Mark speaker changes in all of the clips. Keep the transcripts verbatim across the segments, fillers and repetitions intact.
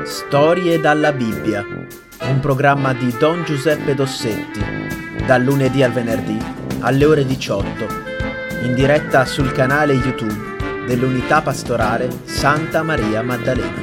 Speaker 1: Storie dalla Bibbia, un programma di Don Giuseppe Dossetti, dal lunedì al venerdì alle ore diciotto, in diretta sul canale YouTube dell'Unità Pastorale Santa Maria Maddalena.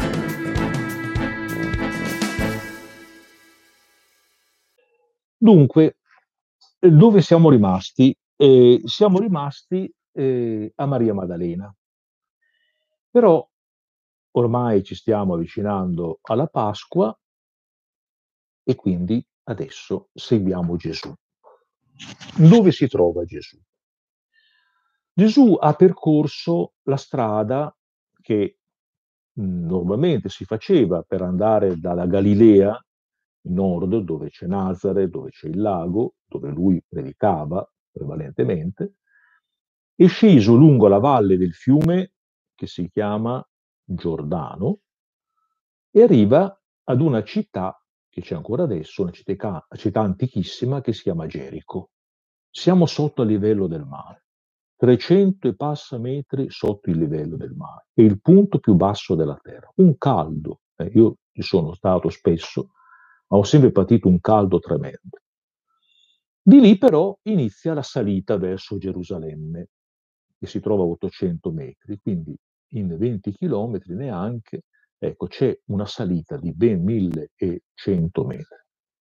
Speaker 2: Dunque, dove siamo rimasti? Eh, siamo rimasti eh, a Maria Maddalena. Però ormai ci stiamo avvicinando alla Pasqua e quindi adesso seguiamo Gesù. Dove si trova Gesù? Gesù ha percorso la strada che mh, normalmente si faceva per andare dalla Galilea, in nord, dove c'è Nazare, dove c'è il lago, dove lui predicava prevalentemente, è sceso lungo la valle del fiume che si chiama Giordano e arriva ad una città che c'è ancora adesso, una città, città antichissima che si chiama Gerico. Siamo sotto il livello del mare, trecento e passa metri sotto il livello del mare, è il punto più basso della terra, un caldo. Eh, io ci sono stato spesso, ma ho sempre patito un caldo tremendo. Di lì però inizia la salita verso Gerusalemme, che si trova a ottocento metri, quindi in venti chilometri neanche, ecco, c'è una salita di ben millecento metri.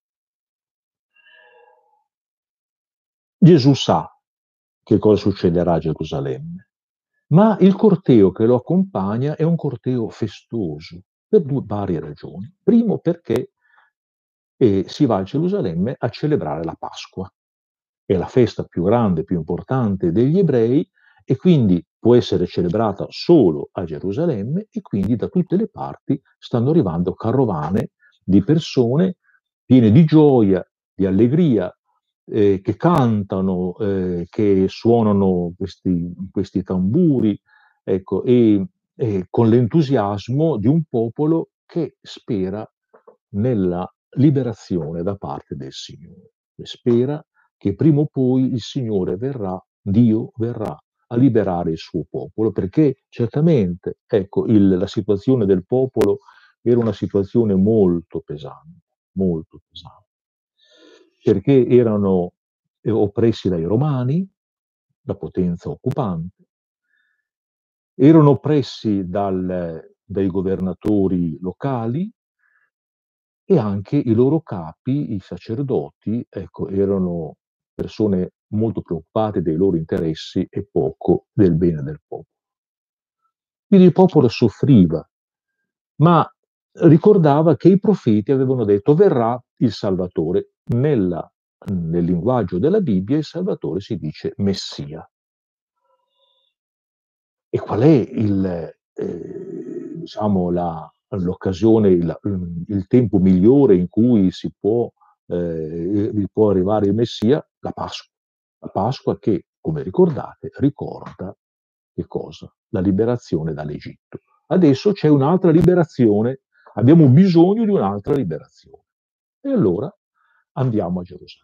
Speaker 2: Gesù sa che cosa succederà a Gerusalemme, ma il corteo che lo accompagna è un corteo festoso per due varie ragioni. Primo, perché eh, si va a Gerusalemme a celebrare la Pasqua. È la festa più grande, più importante degli ebrei e quindi può essere celebrata solo a Gerusalemme e quindi da tutte le parti stanno arrivando carovane di persone piene di gioia, di allegria, eh, che cantano, eh, che suonano questi, questi tamburi, ecco, e, e con l'entusiasmo di un popolo che spera nella liberazione da parte del Signore, e spera che prima o poi il Signore verrà, Dio verrà a liberare il suo popolo, perché certamente, ecco, il, la situazione del popolo era una situazione molto pesante, molto pesante, perché erano oppressi dai Romani, la potenza occupante, erano oppressi dal, dai governatori locali e anche i loro capi, i sacerdoti, ecco, erano persone molto preoccupate dei loro interessi e poco del bene del popolo. Quindi il popolo soffriva, ma ricordava che i profeti avevano detto verrà il Salvatore. Nella, nel linguaggio della Bibbia il Salvatore si dice Messia. E qual è il, eh, diciamo, la, l'occasione, il, il tempo migliore in cui si può, eh, può arrivare il Messia? La Pasqua. La Pasqua che, come ricordate, ricorda che cosa? La liberazione dall'Egitto. Adesso c'è un'altra liberazione, abbiamo bisogno di un'altra liberazione. E allora andiamo a Gerusalemme.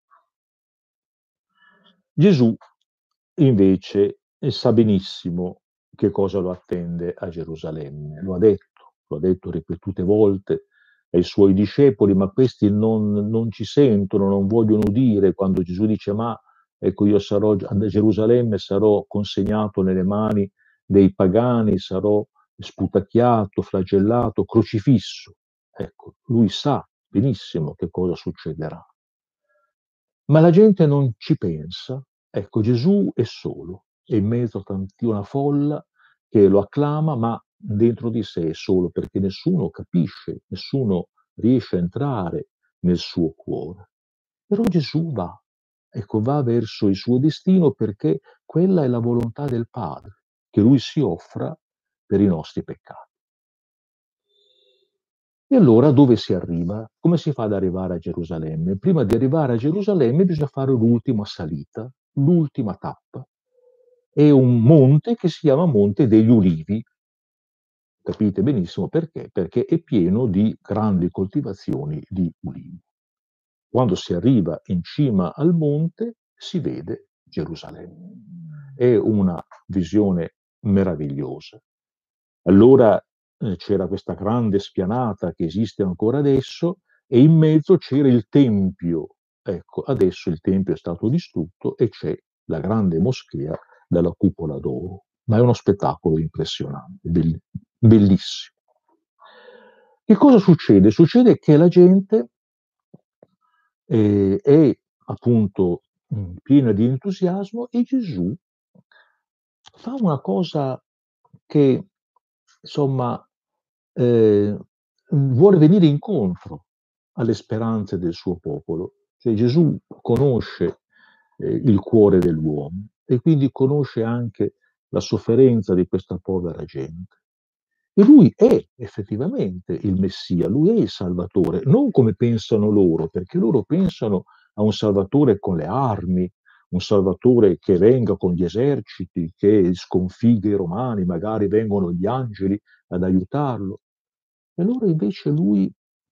Speaker 2: Gesù invece sa benissimo che cosa lo attende a Gerusalemme. Lo ha detto, lo ha detto ripetute volte ai suoi discepoli, ma questi non, non ci sentono, non vogliono udire quando Gesù dice ma ecco io sarò a Gerusalemme, sarò consegnato nelle mani dei pagani, sarò sputacchiato, flagellato, crocifisso. Ecco, lui sa benissimo che cosa succederà. Ma la gente non ci pensa. Ecco, Gesù è solo, è in mezzo a tanti, una folla che lo acclama, ma dentro di sé è solo perché nessuno capisce, nessuno riesce a entrare nel suo cuore. Però Gesù va, ecco, va verso il suo destino perché quella è la volontà del Padre, che lui si offra per i nostri peccati. E allora dove si arriva? Come si fa ad arrivare a Gerusalemme? Prima di arrivare a Gerusalemme bisogna fare l'ultima salita, l'ultima tappa. È un monte che si chiama Monte degli Ulivi. Capite benissimo perché? Perché è pieno di grandi coltivazioni di ulivi. Quando si arriva in cima al monte si vede Gerusalemme. È una visione meravigliosa. Allora eh, c'era questa grande spianata che esiste ancora adesso, e in mezzo c'era il Tempio. Ecco, adesso il Tempio è stato distrutto e c'è la grande moschea dalla cupola d'oro. Ma è uno spettacolo impressionante, bellissimo. Che cosa succede? Succede che la gente eh, è appunto mh, piena di entusiasmo, e Gesù fa una cosa che, insomma, eh, vuole venire incontro alle speranze del suo popolo. Cioè, Gesù conosce eh, il cuore dell'uomo, e quindi conosce anche la sofferenza di questa povera gente. E lui è effettivamente il Messia, lui è il Salvatore, non come pensano loro, perché loro pensano a un Salvatore con le armi, un Salvatore che venga con gli eserciti, che sconfigga i Romani, magari vengono gli angeli ad aiutarlo. E allora invece lui,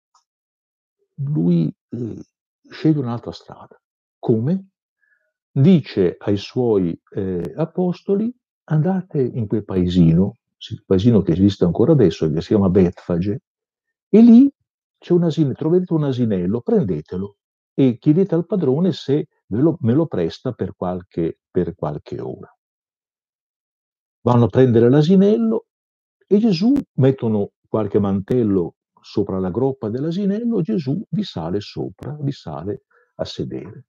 Speaker 2: lui eh, sceglie un'altra strada. Come? Dice ai suoi eh, apostoli: andate in quel paesino, il paesino che esiste ancora adesso, che si chiama Betfage, e lì c'è un asinello, troverete un asinello, prendetelo e chiedete al padrone se ve lo, me lo presta per qualche, per qualche ora. Vanno a prendere l'asinello e Gesù, mettono qualche mantello sopra la groppa dell'asinello, Gesù vi sale sopra, vi sale a sedere.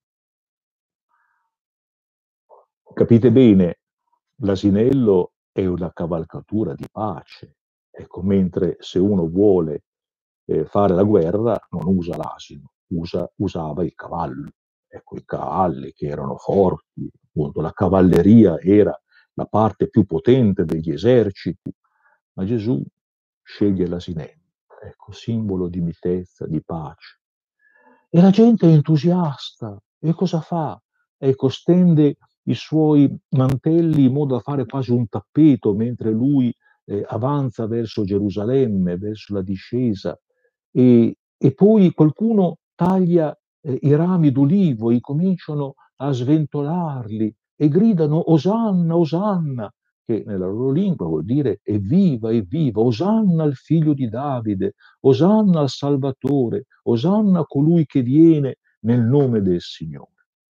Speaker 2: Capite bene, l'asinello è una cavalcatura di pace. Ecco, mentre se uno vuole eh, fare la guerra non usa l'asino, usa, usava il cavallo. Ecco, i cavalli che erano forti, appunto, la cavalleria era la parte più potente degli eserciti, ma Gesù sceglie l'asinello, ecco, simbolo di mitezza, di pace. E la gente è entusiasta, e cosa fa? Ecco, stende i suoi mantelli in modo da fare quasi un tappeto mentre lui eh, avanza verso Gerusalemme, verso la discesa, e, e poi qualcuno taglia eh, i rami d'ulivo e cominciano a sventolarli e gridano Osanna, Osanna, che nella loro lingua vuol dire evviva, evviva, Osanna al figlio di Davide, Osanna al Salvatore, Osanna a colui che viene nel nome del Signore.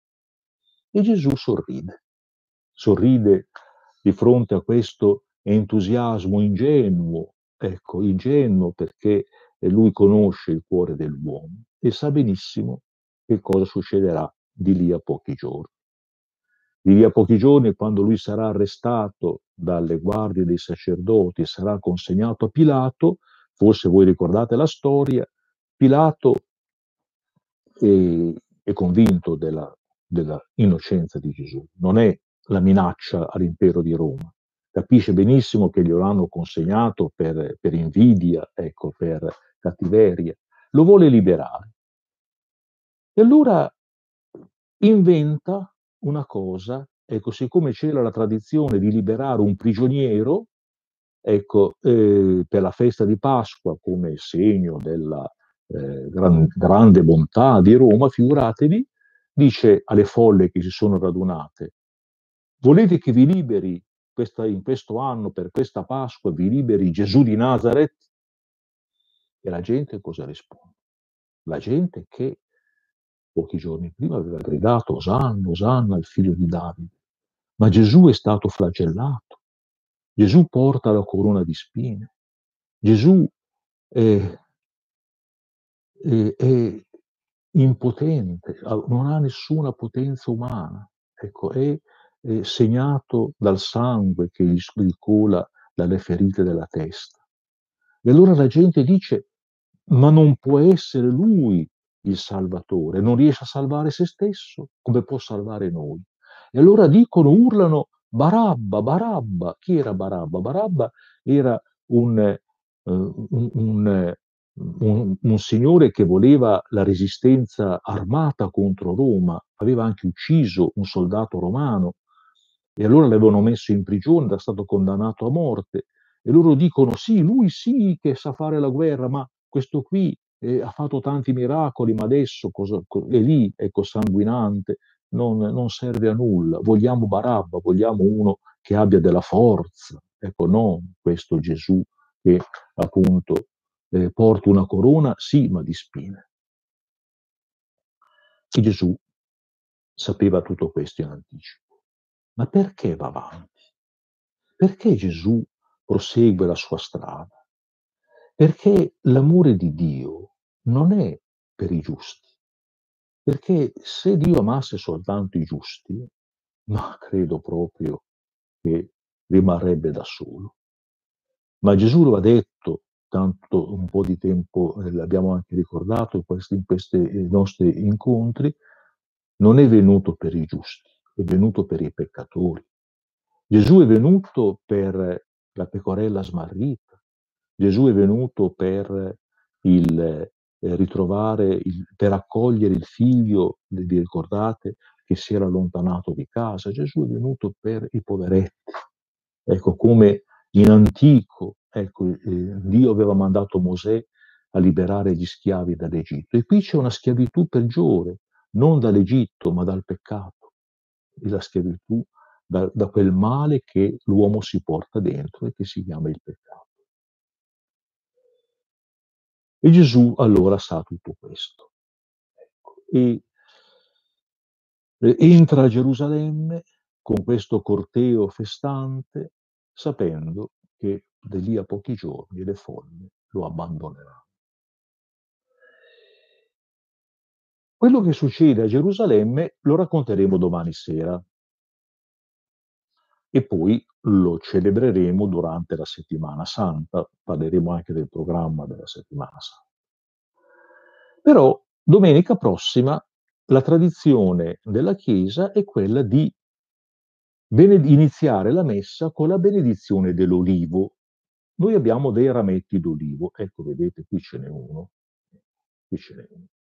Speaker 2: E Gesù sorride, sorride di fronte a questo entusiasmo ingenuo, ecco, ingenuo perché lui conosce il cuore dell'uomo e sa benissimo che cosa succederà di lì a pochi giorni. Di lì a pochi giorni, quando lui sarà arrestato dalle guardie dei sacerdoti e sarà consegnato a Pilato, forse voi ricordate la storia, Pilato è, è convinto della, della innocenza di Gesù, non è la minaccia all'impero di Roma, capisce benissimo che glielo hanno consegnato per, per invidia, ecco, per cattiveria, lo vuole liberare. E allora inventa una cosa, ecco, siccome c'era la tradizione di liberare un prigioniero, ecco, eh, per la festa di Pasqua come segno della eh, gran, grande bontà di Roma, figuratevi, dice alle folle che si sono radunate: volete che vi liberi questa, in questo anno, per questa Pasqua, vi liberi Gesù di Nazareth? E la gente cosa risponde? La gente che pochi giorni prima aveva gridato Osanna, Osanna al figlio di Davide. Ma Gesù è stato flagellato. Gesù porta la corona di spine. Gesù è, è, è impotente, non ha nessuna potenza umana. Ecco, è, è segnato dal sangue che gli scola dalle ferite della testa. E allora la gente dice: ma non può essere lui il Salvatore, non riesce a salvare se stesso, come può salvare noi? E allora dicono, urlano, Barabba, Barabba. Chi era Barabba? Barabba era un, eh, un, un, un, un signore che voleva la resistenza armata contro Roma, aveva anche ucciso un soldato romano, e allora l'avevano messo in prigione, era stato condannato a morte. E loro dicono, sì, lui sì che sa fare la guerra, ma questo qui eh, ha fatto tanti miracoli, ma adesso cosa, è lì, ecco, sanguinante, non, non serve a nulla. Vogliamo Barabba, vogliamo uno che abbia della forza. Ecco, non questo Gesù che appunto eh, porto una corona, sì, ma di spine. E Gesù sapeva tutto questo in anticipo. Ma perché va avanti? Perché Gesù prosegue la sua strada? Perché l'amore di Dio non è per i giusti. Perché se Dio amasse soltanto i giusti, ma credo proprio che rimarrebbe da solo. Ma Gesù lo ha detto, tanto un po' di tempo eh, l'abbiamo anche ricordato in questi, in questi eh, nostri incontri, non è venuto per i giusti, è venuto per i peccatori. Gesù è venuto per la pecorella smarrita, Gesù è venuto per il eh, ritrovare, il, per accogliere il figlio, vi ricordate, che si era allontanato di casa. Gesù è venuto per i poveretti. Ecco, come in antico, ecco, eh, Dio aveva mandato Mosè a liberare gli schiavi dall'Egitto. E qui c'è una schiavitù peggiore, non dall'Egitto, ma dal peccato. E la schiavitù da, da quel male che l'uomo si porta dentro e che si chiama il peccato. E Gesù allora sa tutto questo. Ecco, e eh, entra a Gerusalemme con questo corteo festante, sapendo che da lì a pochi giorni le folle lo abbandoneranno. Quello che succede a Gerusalemme lo racconteremo domani sera e poi lo celebreremo durante la settimana santa, parleremo anche del programma della settimana santa. Però domenica prossima la tradizione della Chiesa è quella di bened- iniziare la messa con la benedizione dell'olivo. Noi abbiamo dei rametti d'olivo, ecco vedete qui ce n'è uno, qui ce n'è uno.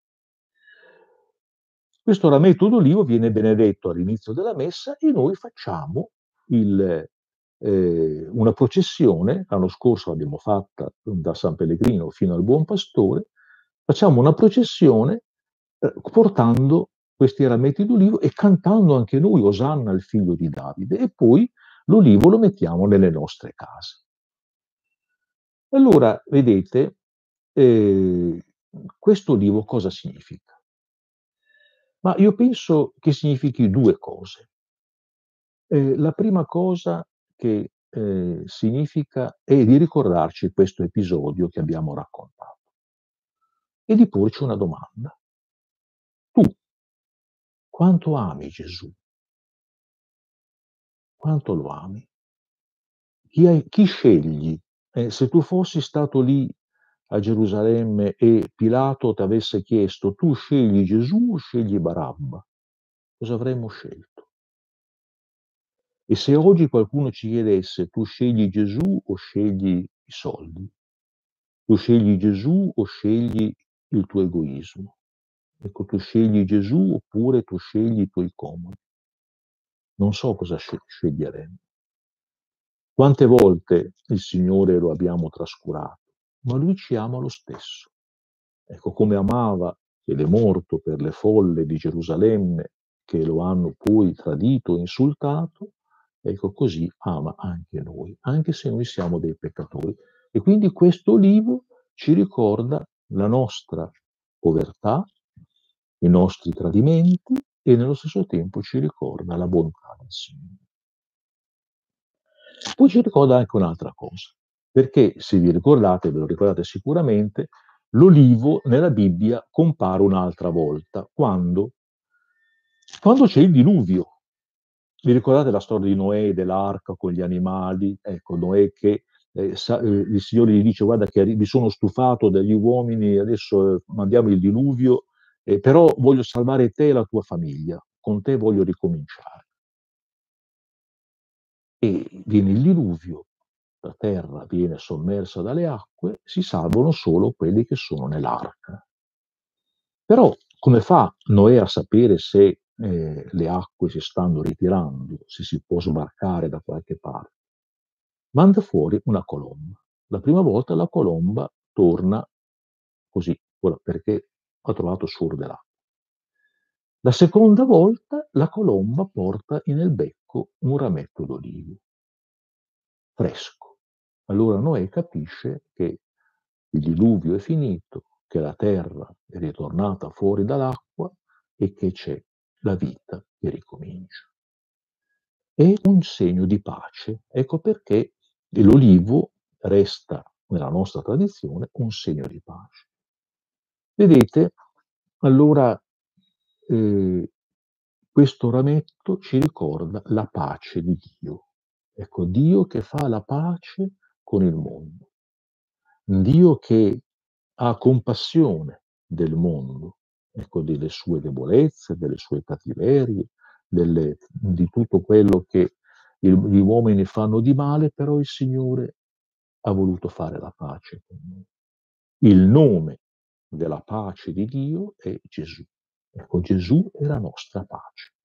Speaker 2: Questo rametto d'olivo viene benedetto all'inizio della messa e noi facciamo il, eh, una processione, l'anno scorso l'abbiamo fatta da San Pellegrino fino al Buon Pastore, facciamo una processione eh, portando questi rametti d'olivo e cantando anche noi Osanna al figlio di Davide e poi l'olivo lo mettiamo nelle nostre case. Allora, vedete, eh, questo olivo cosa significa? Ma io penso che significhi due cose. Eh, la prima cosa che eh, significa è di ricordarci questo episodio che abbiamo raccontato e di porci una domanda. Tu quanto ami Gesù? Quanto lo ami? Chi, hai, chi scegli? Eh, se tu fossi stato lì a Gerusalemme e Pilato ti avesse chiesto tu scegli Gesù o scegli Barabba, cosa avremmo scelto? E se oggi qualcuno ci chiedesse tu scegli Gesù o scegli i soldi? Tu scegli Gesù o scegli il tuo egoismo? Ecco, tu scegli Gesù oppure tu scegli i tuoi comodi? Non so cosa sceglieremo. Quante volte il Signore lo abbiamo trascurato, ma Lui ci ama lo stesso. Ecco, come amava ed è morto per le folle di Gerusalemme che lo hanno poi tradito e insultato, ecco così ama anche noi, anche se noi siamo dei peccatori. E quindi questo olivo ci ricorda la nostra povertà, i nostri tradimenti e nello stesso tempo ci ricorda la bontà del Signore. Poi ci ricorda anche un'altra cosa, perché se vi ricordate, ve lo ricordate sicuramente, l'olivo nella Bibbia compare un'altra volta, quando? Quando c'è il diluvio. Vi ricordate la storia di Noè, dell'arca con gli animali? Ecco, Noè che eh, sa, eh, il Signore gli dice guarda che mi sono stufato degli uomini, adesso eh, mandiamo il diluvio, eh, però voglio salvare te e la tua famiglia, con te voglio ricominciare. E viene il diluvio, la terra viene sommersa dalle acque, si salvano solo quelli che sono nell'arca. Però come fa Noè a sapere se eh, le acque si stanno ritirando, se si può sbarcare da qualche parte? Manda fuori una colomba. La prima volta la colomba torna così, ora perché ha trovato suor dell'acqua. La seconda volta la colomba porta nel becco un rametto d'olivo, fresco. Allora Noè capisce che il diluvio è finito, che la terra è ritornata fuori dall'acqua e che c'è la vita che ricomincia. È un segno di pace. Ecco perché l'olivo resta nella nostra tradizione un segno di pace. Vedete, allora eh, questo rametto ci ricorda la pace di Dio. Ecco, Dio che fa la pace con il mondo. Dio che ha compassione del mondo, ecco, delle sue debolezze, delle sue cattiverie, delle, di tutto quello che il, gli uomini fanno di male, però il Signore ha voluto fare la pace con noi. Il nome della pace di Dio è Gesù. Ecco, Gesù è la nostra pace.